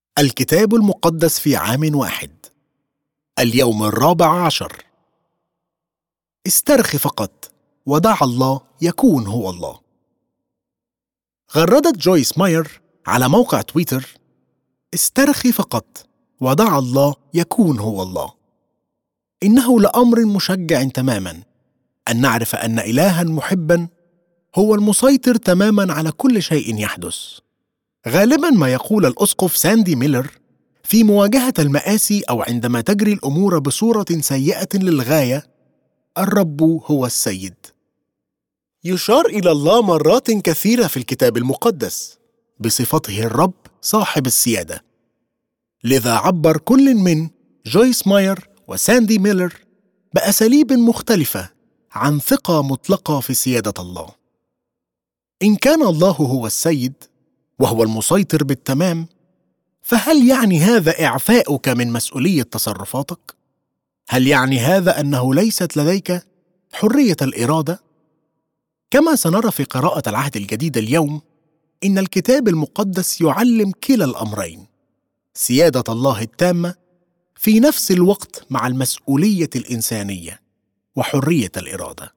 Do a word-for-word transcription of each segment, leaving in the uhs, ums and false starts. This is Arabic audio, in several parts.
الكتاب المقدس في عام واحد. اليوم الرابع عشر. استرخي فقط ودع الله يكون هو الله. غردت جويس ماير على موقع تويتر: استرخي فقط ودع الله يكون هو الله. إنه لأمر مشجع تماما أن نعرف أن إلها محبا هو المسيطر تماما على كل شيء يحدث. غالبا ما يقول الأسقف ساندي ميلر في مواجهة المآسي أو عندما تجري الأمور بصورة سيئة للغاية: الرب هو السيد. يشار إلى الله مرات كثيرة في الكتاب المقدس بصفته الرب صاحب السيادة. لذا عبر كل من جويس ماير وساندي ميلر بأساليب مختلفة عن ثقة مطلقة في سيادة الله. إن كان الله هو السيد وهو المسيطر بالتمام، فهل يعني هذا إعفاؤك من مسؤولية تصرفاتك؟ هل يعني هذا أنه ليست لديك حرية الإرادة؟ كما سنرى في قراءة العهد الجديد اليوم، إن الكتاب المقدس يعلم كلا الأمرين: سيادة الله التامة في نفس الوقت مع المسؤولية الإنسانية وحرية الإرادة.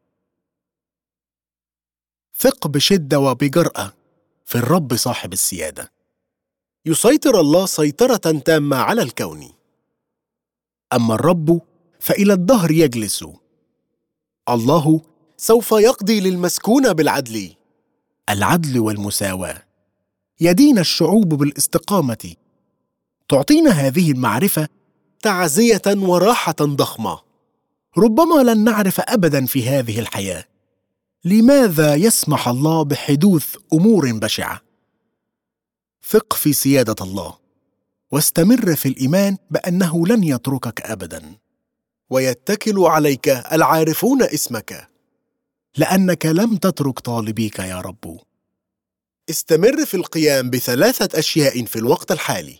ثق بشدة وبجرأة في الرب صاحب السيادة. يسيطر الله سيطرة تامة على الكون. أما الرب فإلى الدهر يجلس. الله سوف يقضي للمسكون بالعدل، العدل والمساواة. يدين الشعوب بالاستقامة. تعطينا هذه المعرفة تعزية وراحة ضخمة. ربما لن نعرف أبدا في هذه الحياة لماذا يسمح الله بحدوث أمور بشعة. ثق في سيادة الله واستمر في الإيمان بأنه لن يتركك أبدا. ويتكل عليك العارفون اسمك، لأنك لم تترك طالبيك يا رب. استمر في القيام بثلاثة أشياء في الوقت الحالي: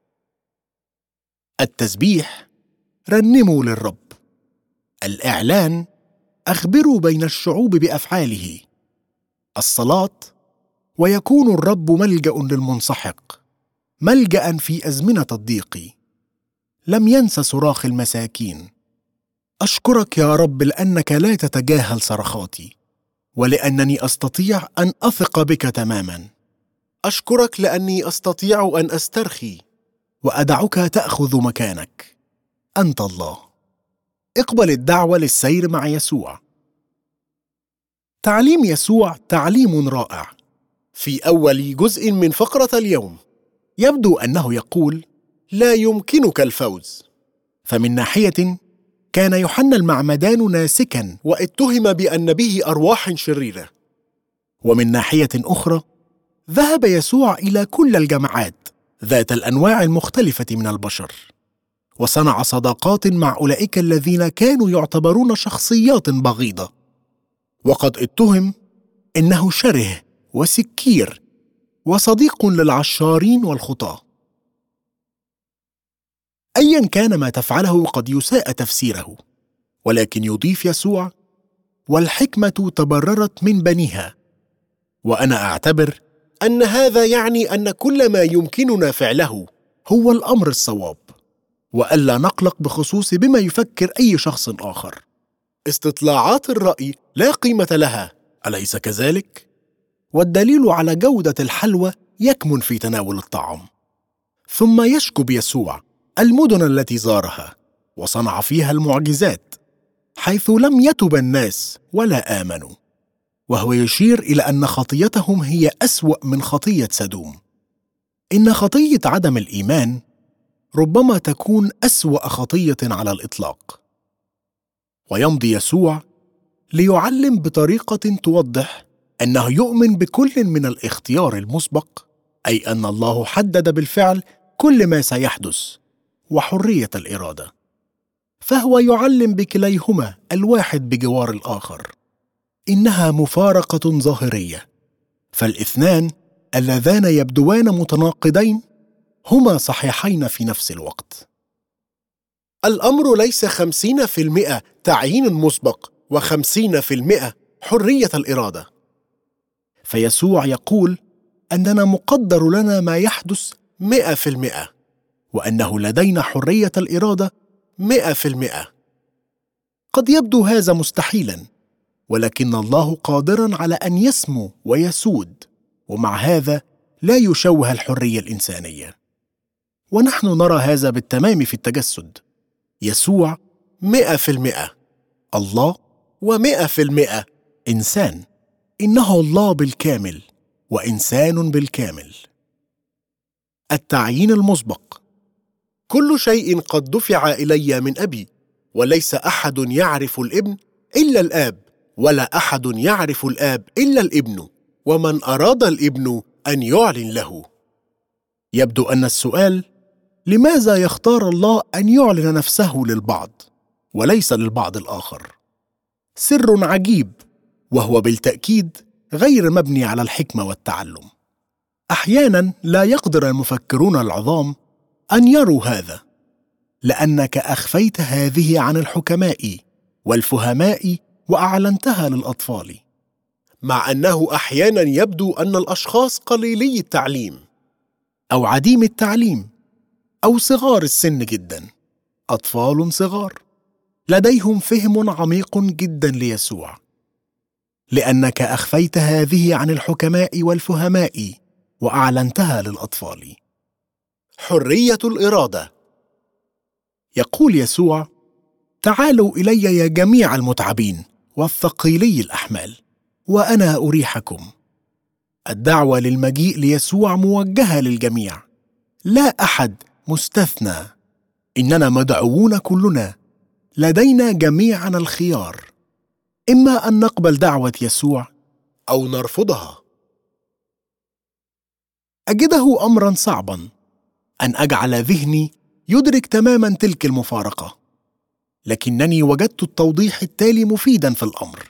التسبيح، رنموا للرب. الإعلان، أخبروا بين الشعوب بأفعاله. الصلاة، ويكون الرب ملجأ للمنسحق، ملجأ في أزمنة الضيق. لم ينس صراخ المساكين. أشكرك يا رب لأنك لا تتجاهل صرخاتي، ولأنني أستطيع أن أثق بك تماما. أشكرك لأني أستطيع أن أسترخي وأدعك تأخذ مكانك. أنت الله. اقبل الدعوة للسير مع يسوع. تعليم يسوع تعليم رائع. في أول جزء من فقرة اليوم يبدو أنه يقول: لا يمكنك الفوز. فمن ناحية كان يوحنا المعمدان ناسكا واتهم بأن به أرواح شريرة، ومن ناحية أخرى ذهب يسوع إلى كل الجماعات ذات الأنواع المختلفة من البشر، وصنع صداقات مع أولئك الذين كانوا يعتبرون شخصيات بغيضة. وقد اتهم إنه شره وسكير وصديق للعشارين والخطاة. أيا كان ما تفعله قد يساء تفسيره، ولكن يضيف يسوع: والحكمة تبررت من بنيها. وأنا أعتبر أن هذا يعني أن كل ما يمكننا فعله هو الأمر الصواب، وألا نقلق بخصوص بما يفكر أي شخص آخر. استطلاعات الرأي لا قيمة لها، أليس كذلك؟ والدليل على جودة الحلوى يكمن في تناول الطعام. ثم يشكب يسوع المدن التي زارها وصنع فيها المعجزات، حيث لم يتب الناس ولا آمنوا، وهو يشير إلى أن خطيتهم هي أسوأ من خطية سدوم. إن خطية عدم الإيمان ربما تكون أسوأ خطية على الإطلاق. ويمضي يسوع ليعلم بطريقة توضح أنه يؤمن بكل من الاختيار المسبق، أي أن الله حدد بالفعل كل ما سيحدث، وحرية الإرادة. فهو يعلم بكليهما الواحد بجوار الآخر. إنها مفارقة ظاهرية، فالاثنان اللذان يبدوان متناقضين هما صحيحين في نفس الوقت. الأمر ليس خمسين في المئة تعيين مسبق وخمسين في المئة حرية الإرادة. فيسوع يقول أننا مقدر لنا ما يحدث مئة في المئة، وأنه لدينا حرية الإرادة مئة في المئة. قد يبدو هذا مستحيلاً، ولكن الله قادراً على أن يسمو ويسود، ومع هذا لا يشوه الحرية الإنسانية. ونحن نرى هذا بالتمام في التجسد. يسوع مئة في المئة الله ومئة في المئة إنسان. إنه الله بالكامل وإنسان بالكامل. التعيين المسبق. كل شيء قد دفع إلي من أبي، وليس أحد يعرف الابن إلا الآب، ولا أحد يعرف الآب إلا الابن، ومن أراد الابن أن يعلن له. يبدو أن السؤال: لماذا يختار الله أن يعلن نفسه للبعض وليس للبعض الآخر؟ سر عجيب، وهو بالتأكيد غير مبني على الحكمة والتعلم. أحياناً لا يقدر المفكرون العظام أن يروا هذا، لأنك أخفيت هذه عن الحكماء والفهماء وأعلنتها للأطفال. مع أنه أحياناً يبدو أن الأشخاص قليلي التعليم أو عديم التعليم أو صغار السن جداً، أطفال صغار لديهم فهم عميق جداً ليسوع، لأنك أخفيت هذه عن الحكماء والفهماء وأعلنتها للأطفال. حرية الإرادة. يقول يسوع: تعالوا إلي يا جميع المتعبين والثقيلي الأحمال وأنا أريحكم. الدعوة للمجيء ليسوع موجهة للجميع، لا أحد مستثنى. إننا مدعوون كلنا، لدينا جميعا الخيار، إما أن نقبل دعوة يسوع أو نرفضها. أجده أمرا صعبا أن أجعل ذهني يدرك تماما تلك المفارقة، لكنني وجدت التوضيح التالي مفيدا في الأمر.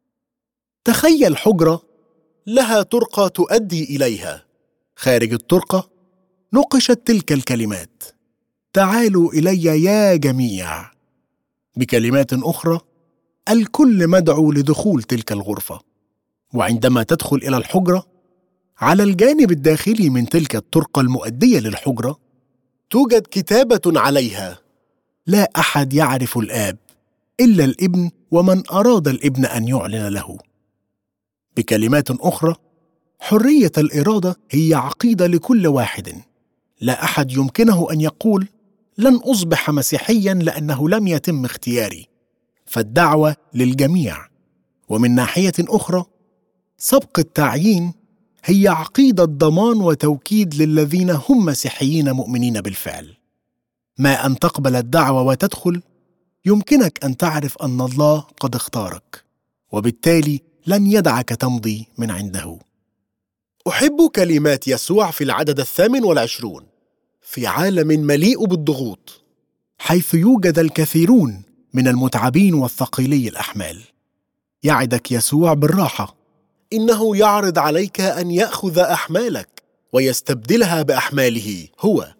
تخيل حجرة لها طرقة تؤدي إليها. خارج الطرقة نقشت تلك الكلمات: تعالوا إلي يا جميع. بكلمات أخرى، الكل مدعو لدخول تلك الغرفة. وعندما تدخل إلى الحجرة، على الجانب الداخلي من تلك الطرقة المؤدية للحجرة توجد كتابة عليها: لا أحد يعرف الآب إلا الابن، ومن أراد الابن أن يعلن له. بكلمات أخرى، حرية الإرادة هي عقيدة لكل واحد. لا أحد يمكنه أن يقول: لن أصبح مسيحياً لأنه لم يتم اختياري. فالدعوة للجميع. ومن ناحية أخرى، سبق التعيين هي عقيدة ضمان وتوكيد للذين هم مسيحيين مؤمنين بالفعل. ما أن تقبل الدعوة وتدخل، يمكنك أن تعرف أن الله قد اختارك، وبالتالي لن يدعك تمضي من عنده. أحب كلمات يسوع في العدد الثامن والعشرون: في عالم مليء بالضغوط، حيث يوجد الكثيرون من المتعبين والثقيلي الأحمال. يعدك يسوع بالراحة. إنه يعرض عليك أن يأخذ أحمالك ويستبدلها بأحماله هو.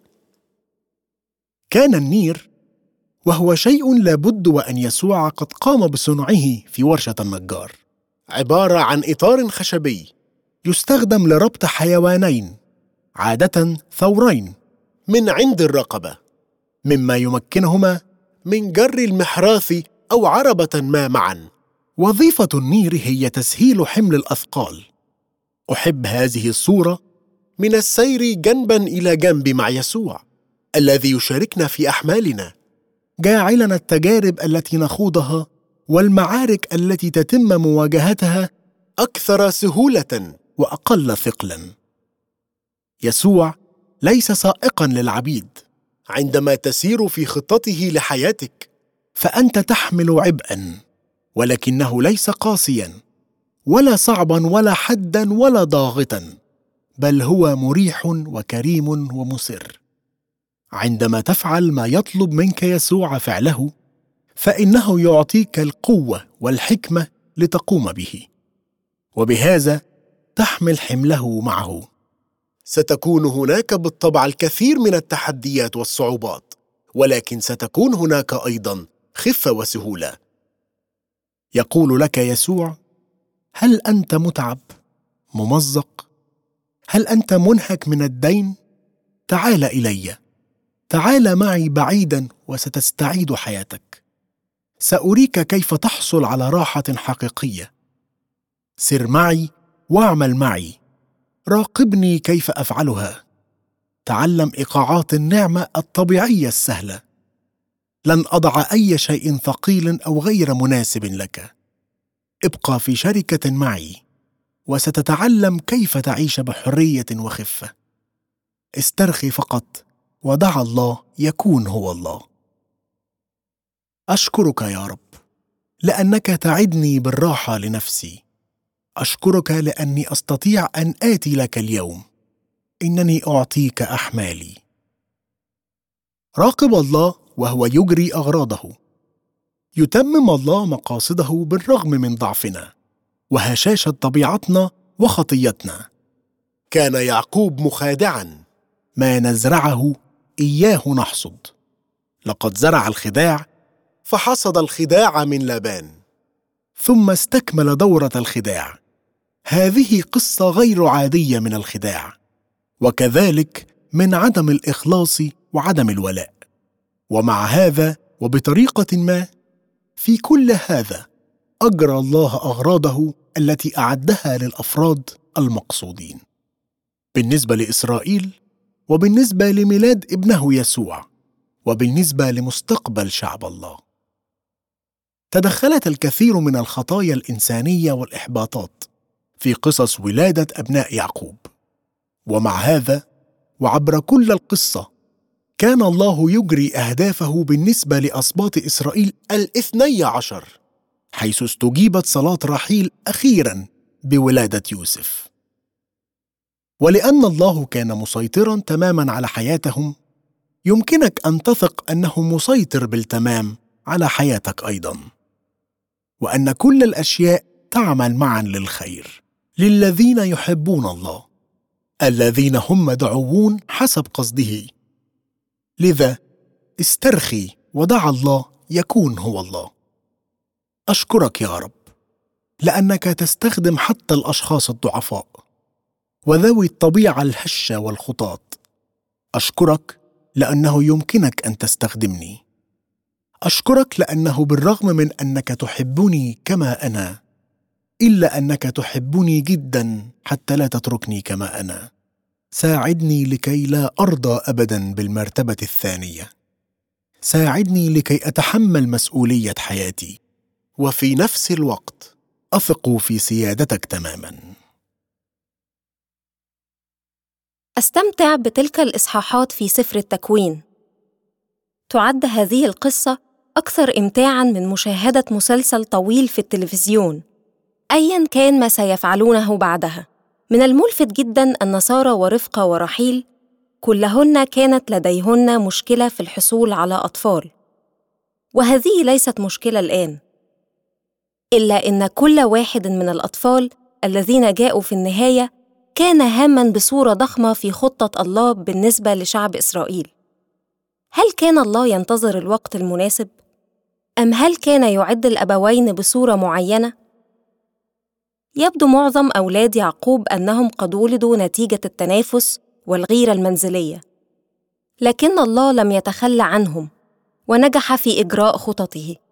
كان النير، وهو شيء لابد وأن يسوع قد قام بصنعه في ورشة النجار، عبارة عن إطار خشبي يستخدم لربط حيوانين، عادة ثورين، من عند الرقبة، مما يمكنهما من جر المحراث أو عربة ما معا. وظيفة النير هي تسهيل حمل الأثقال. أحب هذه الصورة من السير جنبا إلى جنب مع يسوع الذي يشاركنا في أحمالنا، جاعلنا التجارب التي نخوضها والمعارك التي تتم مواجهتها أكثر سهولة وأقل ثقلا. يسوع ليس سائقا للعبيد. عندما تسير في خطته لحياتك، فأنت تحمل عبئا، ولكنه ليس قاسيا ولا صعبا ولا حدا ولا ضاغطا، بل هو مريح وكريم ومسر. عندما تفعل ما يطلب منك يسوع فعله، فإنه يعطيك القوة والحكمة لتقوم به، وبهذا تحمل حمله معه. ستكون هناك بالطبع الكثير من التحديات والصعوبات، ولكن ستكون هناك أيضا خفة وسهولة. يقول لك يسوع: هل أنت متعب؟ ممزق؟ هل أنت منهك من الدين؟ تعال إلي، تعال معي بعيدا وستستعيد حياتك. سأريك كيف تحصل على راحة حقيقية. سر معي واعمل معي، راقبني كيف أفعلها. تعلم إيقاعات النعمة الطبيعية السهلة. لن أضع أي شيء ثقيل أو غير مناسب لك. ابقى في شركة معي وستتعلم كيف تعيش بحرية وخفة. استرخي فقط ودع الله يكون هو الله. أشكرك يا رب لأنك تعدني بالراحة لنفسي. أشكرك لأني أستطيع أن آتي لك اليوم. إنني أعطيك أحمالي. راقب الله وهو يجري أغراضه. يتمم الله مقاصده بالرغم من ضعفنا وهشاشة طبيعتنا وخطيتنا. كان يعقوب مخادعاً، ما نزرعه إياه نحصد. لقد زرع الخداع فحصد الخداع من لابان، ثم استكمل دورة الخداع. هذه قصة غير عادية من الخداع، وكذلك من عدم الإخلاص وعدم الولاء. ومع هذا وبطريقة ما، في كل هذا أجرى الله أغراضه التي أعدها للأفراد المقصودين. بالنسبة لإسرائيل، وبالنسبة لميلاد ابنه يسوع، وبالنسبة لمستقبل شعب الله. تدخلت الكثير من الخطايا الإنسانية والإحباطات في قصص ولادة أبناء يعقوب. ومع هذا وعبر كل القصة كان الله يجري أهدافه بالنسبة لأسباط إسرائيل الاثني عشر، حيث استجيبت صلاة رحيل أخيراً بولادة يوسف. ولأن الله كان مسيطراً تماماً على حياتهم، يمكنك أن تثق أنه مسيطر بالتمام على حياتك أيضاً، وأن كل الأشياء تعمل معاً للخير للذين يحبون الله، الذين هم مدعوون حسب قصده. لذا استرخي ودع الله يكون هو الله. أشكرك يا رب لأنك تستخدم حتى الأشخاص الضعفاء وذوي الطبيعة الهشة والخطاة. أشكرك لأنه يمكنك أن تستخدمني. أشكرك لأنه بالرغم من أنك تحبني كما أنا، إلا أنك تحبني جدا حتى لا تتركني كما أنا. ساعدني لكي لا أرضى أبدا بالمرتبة الثانية. ساعدني لكي أتحمل مسؤولية حياتي، وفي نفس الوقت أثق في سيادتك تماما. أستمتع بتلك الإصحاحات في سفر التكوين. تعد هذه القصة أكثر إمتاعاً من مشاهدة مسلسل طويل في التلفزيون، أياً كان ما سيفعلونه بعدها. من الملفت جداً أن سارة ورفقة ورحيل كلهن كانت لديهن مشكلة في الحصول على أطفال، وهذه ليست مشكلة الآن، إلا إن كل واحد من الأطفال الذين جاءوا في النهاية كان هاماً بصورة ضخمة في خطة الله بالنسبة لشعب إسرائيل. هل كان الله ينتظر الوقت المناسب؟ أم هل كان يعد الأبوين بصورة معينة؟ يبدو معظم أولاد يعقوب أنهم قد ولدوا نتيجة التنافس والغيرة المنزلية، لكن الله لم يتخلى عنهم ونجح في إجراء خططه.